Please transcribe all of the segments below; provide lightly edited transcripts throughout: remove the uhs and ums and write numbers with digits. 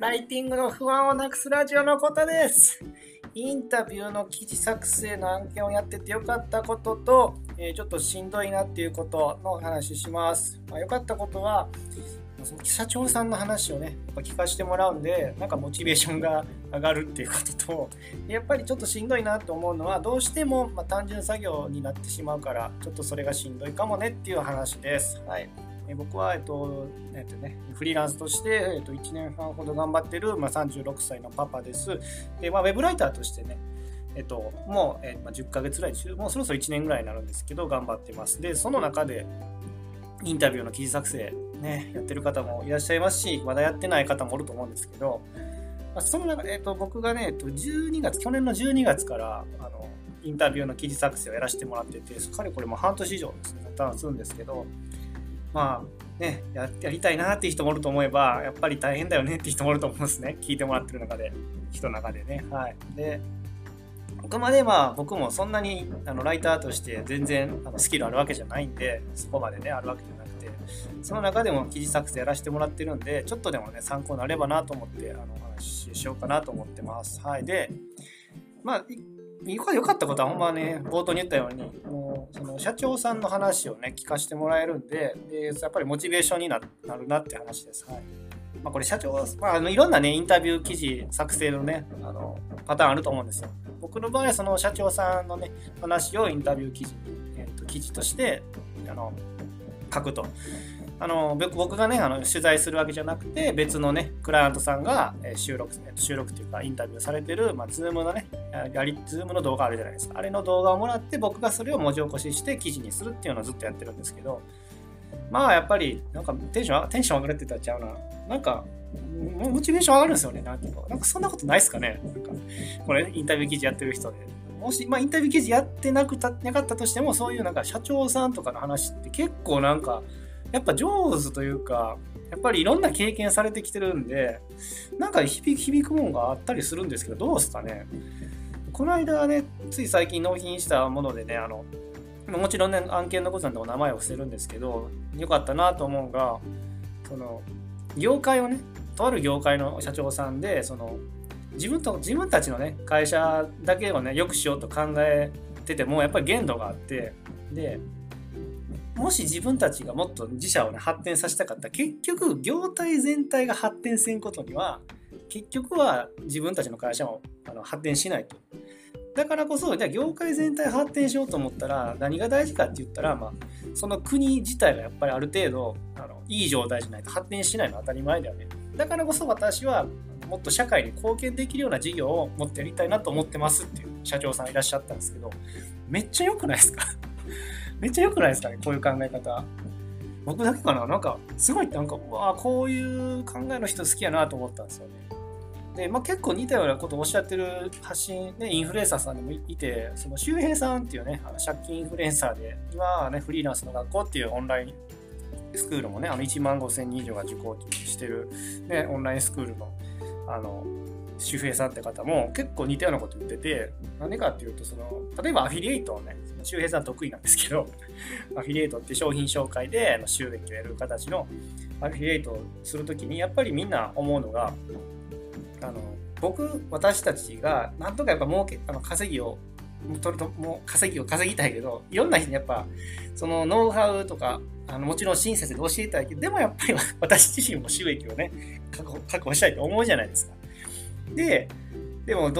ライティングの不安をなくすラジオのことです。インタビューの記事作成の案件をやっててよかったことと、ちょっとしんどいなっていうことの話します。よかったことは、その社長さんの話をね、やっぱ聞かせてもらうんで、なんかモチベーションが上がるっていうことと、やっぱりちょっとしんどいなと思うのは、どうしても単純作業になってしまうから、ちょっとそれがしんどいかもねっていう話です。はい。僕は、フリーランスとして、1年半ほど頑張ってる、36歳のパパです。で、ウェブライターとしてね、もう、10ヶ月ぐらい、もうそろそろ1年ぐらいになるんですけど、頑張ってます。で、その中で、インタビューの記事作成、ね、やってる方もいらっしゃいますし、まだやってない方もおると思うんですけど、その中で、僕がね、去年の12月から、インタビューの記事作成をやらせてもらってて、かれこれも半年以上ですね、多分するんですけど、やりたいなっていう人もおると思えば、やっぱり大変だよねっていう人もおると思うんですね。聞いてもらってる人の中でね。はい。で、僕まで僕もそんなにライターとして全然スキルあるわけじゃないんで、そこまでね、あるわけじゃなくて、その中でも記事作成やらせてもらってるんで、ちょっとでもね、参考になればなと思って、お話ししようかなと思ってます。はい。で、よかったことはほんまね、冒頭に言ったように、もうその社長さんの話をね、聞かせてもらえるんで、やっぱりモチベーションになるなって話です。はい。これ社長、いろんなね、インタビュー記事作成のね、パターンあると思うんですよ。僕の場合はその社長さんのね、話をインタビュー記事に、記事として書くと。僕がね取材するわけじゃなくて、別のねクライアントさんが収録というかインタビューされてる、Zoom のねZoom の動画あるじゃないですか。あれの動画をもらって、僕がそれを文字起こしして記事にするっていうのをずっとやってるんですけど、やっぱりなんかテンション上がるって言ったらちゃうな。なんかモチベーション上がるんですよね。なんかそんなことないですかね。なんかこれインタビュー記事やってる人で。もし、インタビュー記事やってなかったとしても、そういうなんか社長さんとかの話って結構なんか、やっぱ上手というか、やっぱりいろんな経験されてきてるんで、なんか響くもんがあったりするんですけど、どうですかね。この間ね、つい最近納品したものでね、もちろんね、案件のことなんでお名前を伏せるんですけど、よかったなと思うのが、業界をね、とある業界の社長さんで、自分たちのね会社だけをね良くしようと考えてても、やっぱり限度があって、でもし自分たちがもっと自社をね発展させたかったら、結局業態全体が発展せんことには、結局は自分たちの会社も発展しないと。だからこそ、じゃあ業界全体発展しようと思ったら何が大事かって言ったら、その国自体がやっぱりある程度いい状態じゃないと発展しないのは当たり前だよね。だからこそ私はもっと社会に貢献できるような事業をもっとやりたいなと思ってますっていう社長さんいらっしゃったんですけど、めっちゃ良くないですかめっちゃ良くないですかね、こういう考え方。僕だけかな。なんかすごいこういう考えの人好きやなと思ったんですよね。で、結構似たようなことをおっしゃってる発信、ね、インフルエンサーさんでもいて、その周平さんっていうね、借金インフルエンサーで、今はね、フリーランスの学校っていうオンラインスクールもね、1万5000人以上が受講してる、ね、オンラインスクールの、周平さんって方も結構似たようなこと言ってて、何かっていうと、例えばアフィリエイトをね、周平さん得意なんですけど、アフィリエイトって商品紹介で収益を得る形のアフィリエイトをするときに、やっぱりみんな思うのが、私たちがなんとかやっぱ稼ぎを稼ぎたいけど、いろんな人にやっぱそのノウハウとかもちろん親切で教えたいけど、でもやっぱり私自身も収益をね確保したいと思うじゃないですか。でも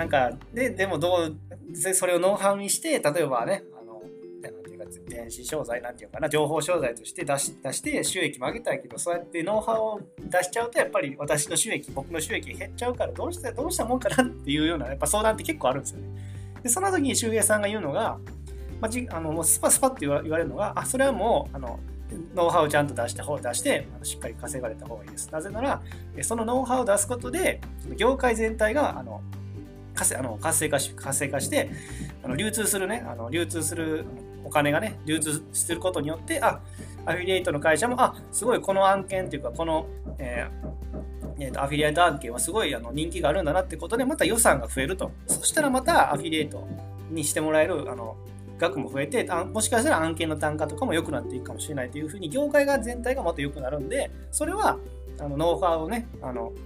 それをノウハウにして、例えばね電子商材なんていうかな、情報商材として出して収益も上げたいけど、そうやってノウハウを出しちゃうと、やっぱり僕の収益減っちゃうから、どうしたもんかなっていうようなやっぱ相談って結構あるんですよね。でその時に周平さんが言うのが、もうスパって言われるのが、それはもうノウハウをちゃんと出してしっかり稼がれた方がいいです。なぜならそのノウハウを出すことで業界全体が活性化して流通するお金がね流通することによって、アフィリエイトの会社もすごいこの案件というか、この、アフィリエイト案件はすごい人気があるんだなってことで、また予算が増えると。そしたらまたアフィリエイトにしてもらえる額も増えて、もしかしたら案件の単価とかも良くなっていくかもしれないというふうに、業界が全体がもっと良くなるんで、それはノウハウをね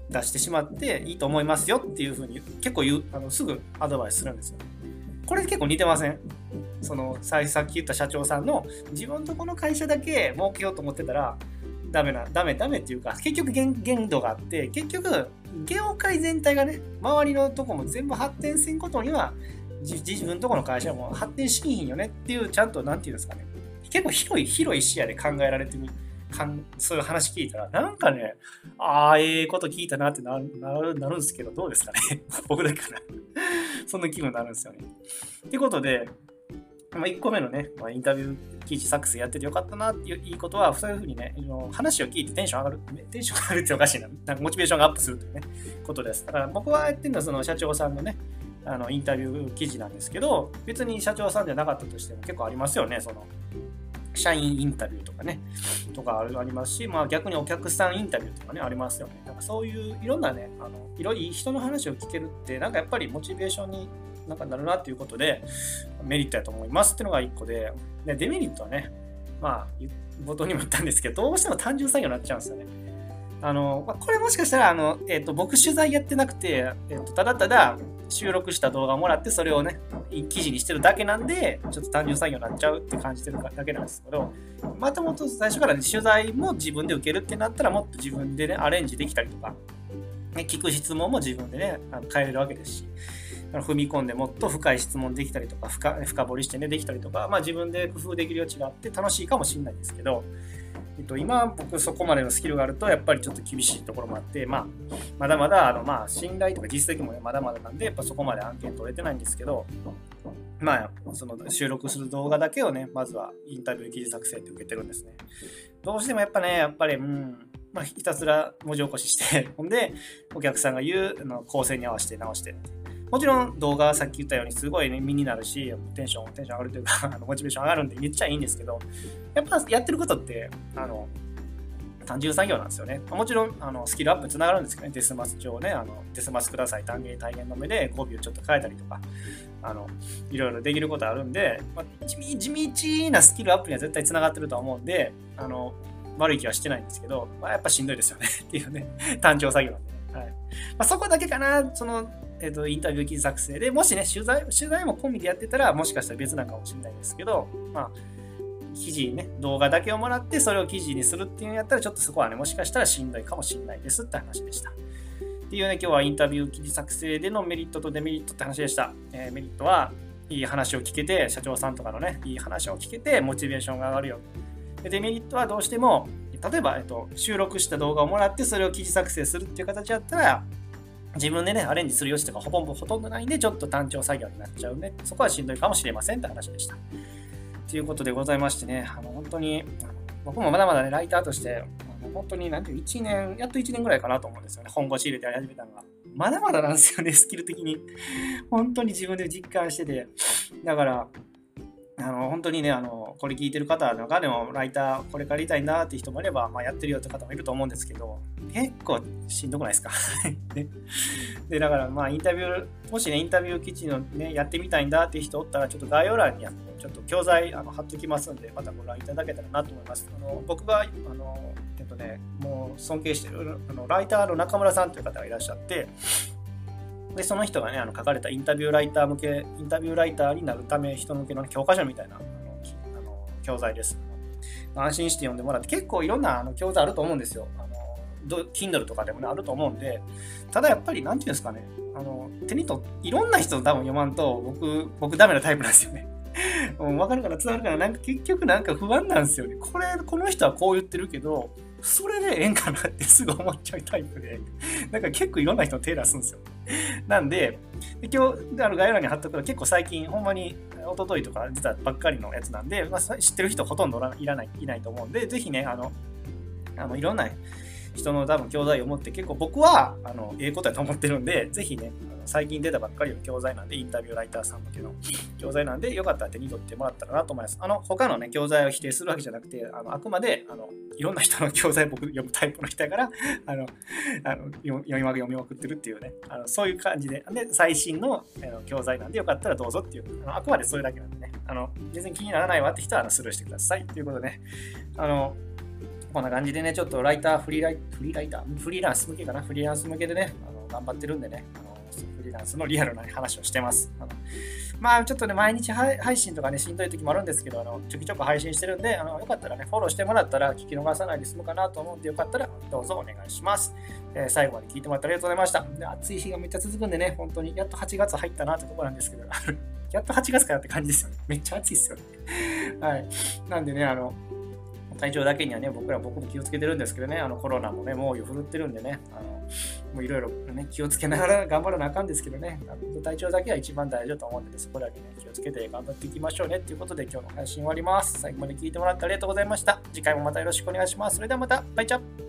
出してしまっていいと思いますよっていうふうに結構すぐアドバイスするんですよ。これ結構似てません？さっき言った社長さんの自分とこの会社だけ儲けようと思ってたらダメっていうか、結局限度があって、結局業界全体がね、周りのとこも全部発展せんことには自分とこの会社も発展しひんよねっていう、ちゃんとなんていうんですかね、結構広い視野で考えられてる、そういう話聞いたらなんかね、こと聞いたなってなるんですけど、どうですかね僕だけかなそんな気分になるんですよね。ってことで、1個目のね、インタビュー記事作成やっててよかったなっていうことは、そういうふうにね、話を聞いてテンション上がるっておかしいな。なんかモチベーションがアップするというね、ことです。だから僕はやってるのはその社長さんのね、インタビュー記事なんですけど、別に社長さんじゃなかったとしても結構ありますよね。社員インタビューとかね、ありますし、逆にお客さんインタビューとかね、ありますよね。なんかそういういろんなね、いろいろ人の話を聞けるって、なんかやっぱりモチベーションになるなっていうことで、メリットだと思いますっていうのが1個で、デメリットはね、冒頭にも言ったんですけど、どうしても単純作業になっちゃうんですよね。これもしかしたら、僕取材やってなくて、ただただ収録した動画をもらって、それをね、記事にしてるだけなんで、ちょっと単純作業になっちゃうって感じてるだけなんですけど、もともと最初から、ね、取材も自分で受けるってなったら、もっと自分でね、アレンジできたりとか、ね、聞く質問も自分でね、変えれるわけですし、踏み込んでもっと深い質問できたりとか、深掘りしてね、できたりとか、自分で工夫できるよう違って楽しいかもしれないんですけど、今僕そこまでのスキルがあるとやっぱりちょっと厳しいところもあって、まだまだ信頼とか実績も、ね、まだまだなんでやっぱそこまで案件取れてないんですけど、その収録する動画だけをね、まずはインタビュー記事作成って受けてるんですね。どうしてもやっぱりひたすら文字起こししてほんでお客さんが言う構成に合わせて直して、もちろん動画はさっき言ったようにすごいね、身になるし、テンション上がるというかモチベーション上がるんで言っちゃいいんですけど、やっぱやってることって単純作業なんですよね。もちろんスキルアップにつながるんですけどね、デスマス上ね、デスマスください、単元体言の目で語尾をちょっと変えたりとか、いろいろできることあるんで、地道なスキルアップには絶対つながってるとは思うんで、悪い気はしてないんですけど、やっぱしんどいですよねっていうね、単調作業なんでね。はい。そこだけかな、インタビュー記事作成で、もしね、取材も込みでやってたら、もしかしたら別なんかもしれないですけど、記事ね、動画だけをもらって、それを記事にするっていうのやったら、ちょっとそこはね、もしかしたらしんどいかもしれないですって話でした。っていうね、今日はインタビュー記事作成でのメリットとデメリットって話でした。メリットは、いい話を聞けて、社長さんとかのね、いい話を聞けて、モチベーションが上がるよ。でデメリットはどうしても、例えば、収録した動画をもらって、それを記事作成するっていう形だったら、自分でね、アレンジする余地とかほとんどないんで、ちょっと単調作業になっちゃうね。そこはしんどいかもしれませんって話でした。ということでございましてね、本当に、僕もまだまだね、ライターとして、本当にやっと1年ぐらいかなと思うんですよね。本腰入れてやり始めたのが。まだまだなんですよね、スキル的に。本当に自分で実感してて。だから、本当にね、これ聞いてる方の中でもライターこれからやりたいなっていう人もいれば、やってるよって方もいると思うんですけど、結構しんどくないですかね。で、だからもしね、インタビュー記事のね、やってみたいんだっていう人おったら、ちょっと概要欄にちょっと教材貼っておきますんで、またご覧いただけたらなと思います。僕がもう尊敬してるライターの中村さんという方がいらっしゃって、でその人がね書かれたインタビューライターになるため人向けの教科書みたいな教材です。安心して読んでもらって、結構いろんな教材あると思うんですよ。Kindle とかでもねあると思うんで、ただやっぱりなんていうんですかね、いろんな人多分読まんと僕ダメなタイプなんですよね。分かるかな、伝わるかな、結局不安なんですよね。この人はこう言ってるけど、それでええんかなってすぐ思っちゃうタイプで、結構いろんな人の手出すんですよ。なんで今日概要欄に貼っとくと、結構最近ほんまに一昨日とか出たばっかりのやつなんで、知ってる人ほとんどいないと思うんで、ぜひねいろんな人の多分教材を持って、結構僕はええことだと思ってるんで、ぜひね最近出たばっかりの教材なんで、インタビューライターさん向けの教材なんで、よかったら手に取ってもらったらなと思います。他のね教材を否定するわけじゃなくて、あくまでいろんな人の教材僕読むタイプの人だから読みまくってるっていうね、そういう感じで、最新の教材なんで、よかったらどうぞっていう、あくまでそれだけなんでね、全然気にならないわって人はスルーしてくださいということでね、 こんな感じでね、ちょっとライター、フリーランス向けかな、フリーランス向けでね、頑張ってるんでね、フリーランスのリアルな話をしてます。まあちょっとね、毎日配信とかね、しんどい時もあるんですけど、ちょきちょく配信してるんで、よかったらね、フォローしてもらったら聞き逃さないで済むかなと思うんで、よかったらどうぞお願いします。最後まで聞いてもらってありがとうございました。で、暑い日がめっちゃ続くんでね、本当にやっと8月入ったなってところなんですけど、やっと8月からって感じですよね。めっちゃ暑いですよね。はい。なんでね、体調だけにはね、僕も気をつけてるんですけどね、コロナもね、猛威を振るってるんでね、もういろいろね、気をつけながら頑張らなあかんですけどね、体調だけは一番大事だと思うので、そこだけね、気をつけて頑張っていきましょうねということで、今日の配信終わります。最後まで聞いてもらってありがとうございました。次回もまたよろしくお願いします。それではまた、バイチャ